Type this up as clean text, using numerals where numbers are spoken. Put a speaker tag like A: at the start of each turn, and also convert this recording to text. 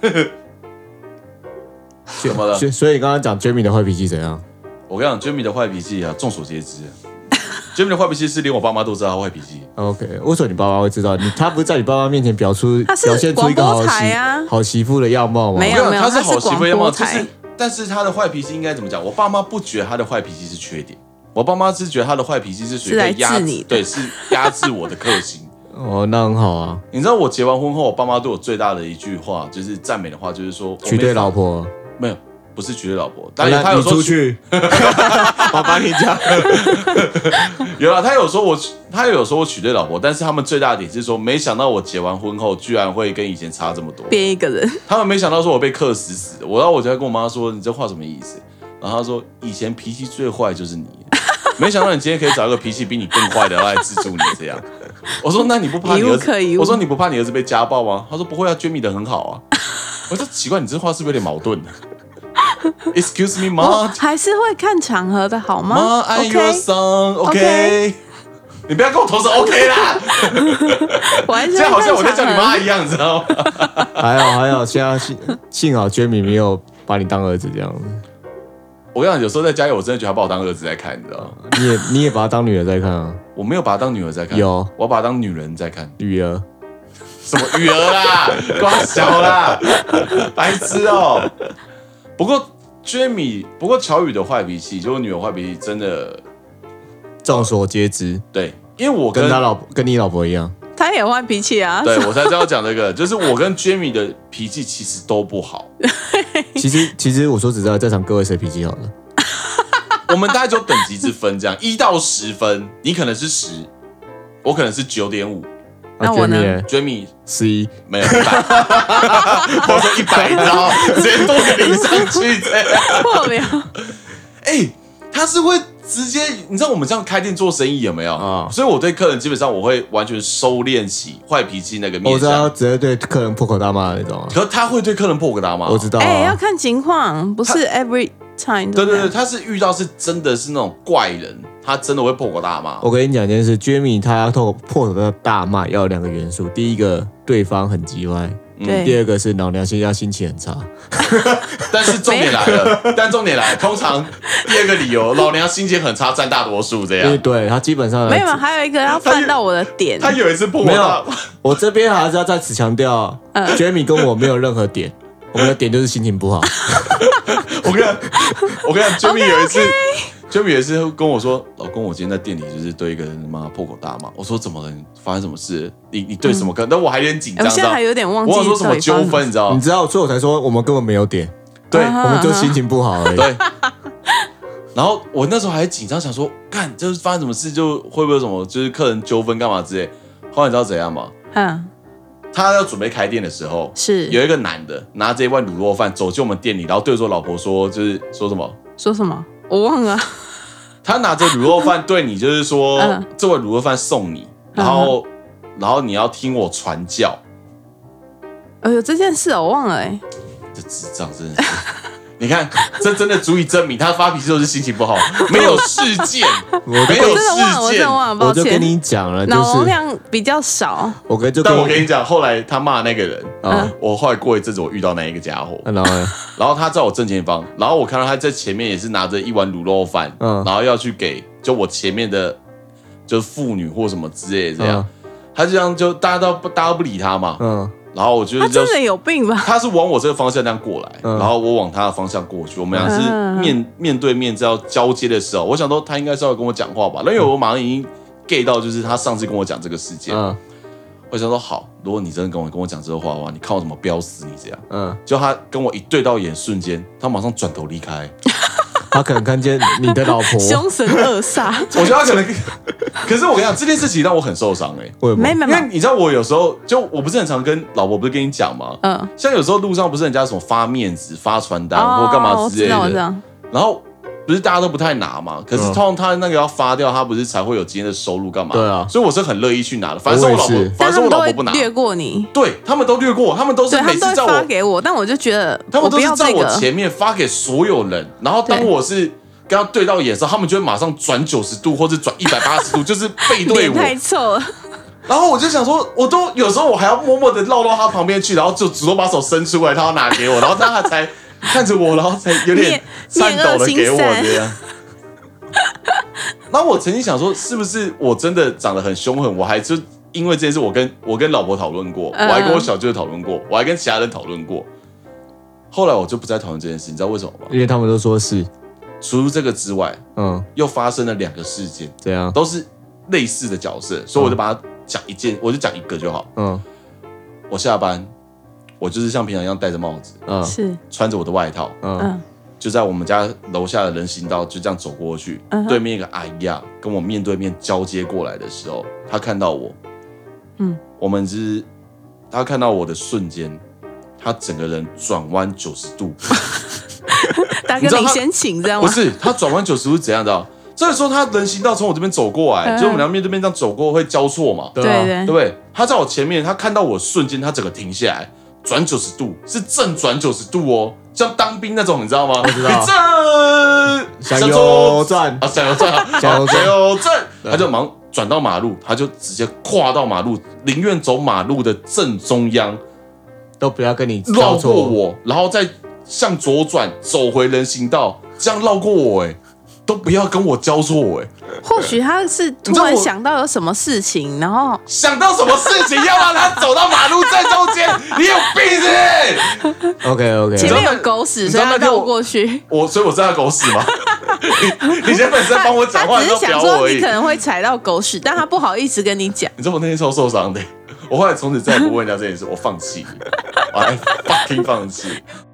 A: 怎么了？
B: 所以你刚刚讲 Jamie 的坏脾气怎样？
A: 我跟你讲 ，Jamie 的坏脾气啊，众所皆知。Jamie 的坏脾气是连我爸妈都知道他坏脾气。
B: OK， 为什么你爸妈会知道？他不是在你爸妈面前表现出一个好媳妇的样貌吗？
C: 没有，
A: 他是好媳妇的样貌，但是他的坏脾气应该怎么讲？我爸妈不觉得他的坏脾气是缺点，我爸妈是觉得他的坏脾气是属于压制，对，是压制我的克星。
B: 哦，那很好啊。
A: 你知道我结完婚后，我爸妈对我最大的一句话就是赞美的话，就是说
B: 娶对老婆。
A: 没有，不是娶对老婆。当然他有说
B: 出去，我帮你讲。
A: 有啦，他有说我娶对老婆，但是他们最大的点是说，没想到我结完婚后居然会跟以前差这么多，
C: 变一个人。
A: 他们没想到说我被克死死的。我就在跟我妈说，你这话什么意思？然后他说，以前脾气最坏就是你，没想到你今天可以找一个脾气比你更坏的来资助你这样。我说那你不怕你儿子？我说你不怕你儿子被家暴吗？他说不会啊，Jamie 的很好啊。我说奇怪，你这话是不是有点矛盾？Excuse me, ma，
C: 还是会看场合的好吗
A: ？Ma, I'm your son, OK。你不要跟我同时 OK 啦！这样好像我在叫你妈一样，你知道吗？
B: 还好，现在幸好 Jamie 没有把你当儿子这样子。
A: 我跟你讲，有时候在家里，我真的觉得他把我当儿子在看，你知道吗？
B: 你也把他当女儿在看啊？
A: 我没有把他当女儿在看，
B: 有，
A: 我把他当女人在看。
B: 女儿？
A: 什么女儿啦？瓜小啦，白痴哦。不过乔宇的坏脾气，就我女儿坏脾气，真的
B: 众所皆知。
A: 对，因为我
B: 跟你老婆一样，
C: 他也坏脾气啊。
A: 对，我才这样讲这个，就是我跟 Jamie 的脾气其实都不好。
B: 其实我说实在，在场各位谁脾气好了？
A: 我们大概就等级之分，这样1到10分，你可能是10，我可能是9.5。
C: 那我呢
A: ？Jamie
B: 11，
A: 没有100，我说100，你知道吗？直接多个0上去，这样
C: 破表。
A: 他是会直接，你知道我们这样开店做生意有没有？所以我对客人基本上我会完全收敛起坏脾气那个面向。
B: 我知道，直接对客人破口大骂的那种。
A: 可是他会对客人破口大骂，
B: 我知道。
C: 要看情况，不是 every time。
A: 对，他是遇到是真的是那种怪人，他真的会破口大骂。
B: 我跟你讲一件事 ，Jamie 他要破口大骂要有2个元素，第一个对方很叽歪。第二个是老娘现在心情很差，
A: 但是重点来了，通常第二个理由，老娘心情很差占大多数这样。
B: 对他基本上
C: 没有，还有一个要犯到我的点。
A: 他有一次破口大骂，
B: 我这边还是要再次强调，Jamie 跟我没有任何点，我们的点就是心情不好。
A: 我跟你讲 ，Jamie 有一次。Jamie 也是跟我说，老公，我今天在店里就是对一个人妈破口大骂。我说怎么了？发生什么事？你对什么客？但我还有点紧张。
C: 我现在还有点忘记。
A: 我说什么纠纷？你知道吗？
B: 你知道，所以我才说我们根本没有点。
A: 对，
B: 我们就心情不好而已。
A: 对。然后我那时候还紧张，想说，干，这是发生什么事？就会不会有什么就是客人纠纷干嘛之类？后来你知道怎样吗？他要准备开店的时候，
C: 是
A: 有一个男的拿着一碗卤肉饭走进我们店里，然后对着我老婆说，就是说什么？
C: 说什么？我忘了。
A: 他拿着卤肉饭对你，就是说，这碗卤肉饭送你，然后你要听我传教。
C: 有这件事我忘了
A: 这智障真的是，你看，这真的足以证明他发脾气都是心情不好，没有事件，没有事件，
B: 我就跟你讲了，
C: 脑容量比较少。
A: 但我跟你讲，后来他骂那个人，我后来过一阵子我遇到那一个家伙，然后他在我正前方，然后我看到他在前面也是拿着一碗卤肉饭，然后要去给就我前面的，就是妇女或什么之类的这样，他就这样就大家都不理他嘛，然后我觉得
C: 他真的有病吧？
A: 他是往我这个方向那样过来，然后我往他的方向过去，我们俩是面对面在要交接的时候，我想说他应该是要跟我讲话吧，因为我马上已经 get 到就是他上次跟我讲这个事件，我想说好，如果你真的跟我讲这个话的话，你看我怎么飙死你这样，就他跟我一对到眼瞬间，他马上转头离开。
B: 他可能看见你的老婆
C: 凶神恶煞，
A: 我觉得他可能，可是我跟你讲，这件事情让我很受伤
C: 没，因
A: 为你知道我有时候就我不是很常跟老婆不是跟你讲吗？像有时候路上不是人家什么发面子、发传单或干嘛之类的，然后不是大家都不太拿嘛，可是通常他那个要发掉，他不是才会有今天的收入干嘛？
B: 对啊，
A: 所以我是很乐意去拿的。反正是我老婆不拿，
C: 略过你，
A: 对他们都略过，他们都是每次在我
C: 发给我，但我就觉得
A: 他们都是在我前面发给所有人，然后当我是跟他对到眼的时候，他们就会马上转90度或者转180度，就是背对我。
C: 太臭了。
A: 然后我就想说，我都有时候我还要默默的绕到他旁边去，然后就主动把手伸出来，他要拿给我，然后他才看着我，然后才有点颤抖的给我这样。然后我曾经想说，是不是我真的长得很凶狠？我还就因为这件事，我跟老婆讨论过，我还跟我小舅讨论过，我还跟其他人讨论过。后来我就不再讨论这件事，你知道为什么吗？
B: 因为他们都说是。
A: 除了这个之外，又发生了2个事件，
B: 这样
A: 都是类似的角色，所以我就把它讲一件，我就讲一个就好。我下班，我就是像平常一样戴着帽子，
C: 是
A: 穿着我的外套，就在我们家楼下的人行道就这样走过去，对面一个阿姨啊，跟我面对面交接过来的时候，她看到我，她看到我的瞬间，她整个人转弯90度。
C: 大哥，你先请这样吗？
A: 不是，他转弯90度是怎样的？这个时候他人行道从我这边走过来，就我们俩面对面这样走过会交错嘛？
C: 对
A: 不对？他在我前面，他看到我瞬间，他整个停下来，转90度，是正转90度哦，像当兵那种，你知道吗？
B: 我知道。
A: 正
B: 向右转
A: 啊，向右转，向右转，他就忙转到马路，他就直接跨到马路，宁愿走马路的正中央，
B: 都不要跟你
A: 绕过我，然后再向左转走回人行道，这样绕过我，都不要跟我交错，
C: 或许他是突然想到有什么事情，然后
A: 想到什么事情要让他走到马路正中间，你有病是不是
B: ？OK，
C: 前面有狗屎，所以他绕过去。
A: 所以我知道狗屎吗？你先本身帮我讲话，
C: 他只是想说你可能会踩到狗屎，但他不好意思跟你讲。
A: 你知道我那天超受伤的，我后来从此再也不问人家这件事，我放弃，我还 fucking 放弃。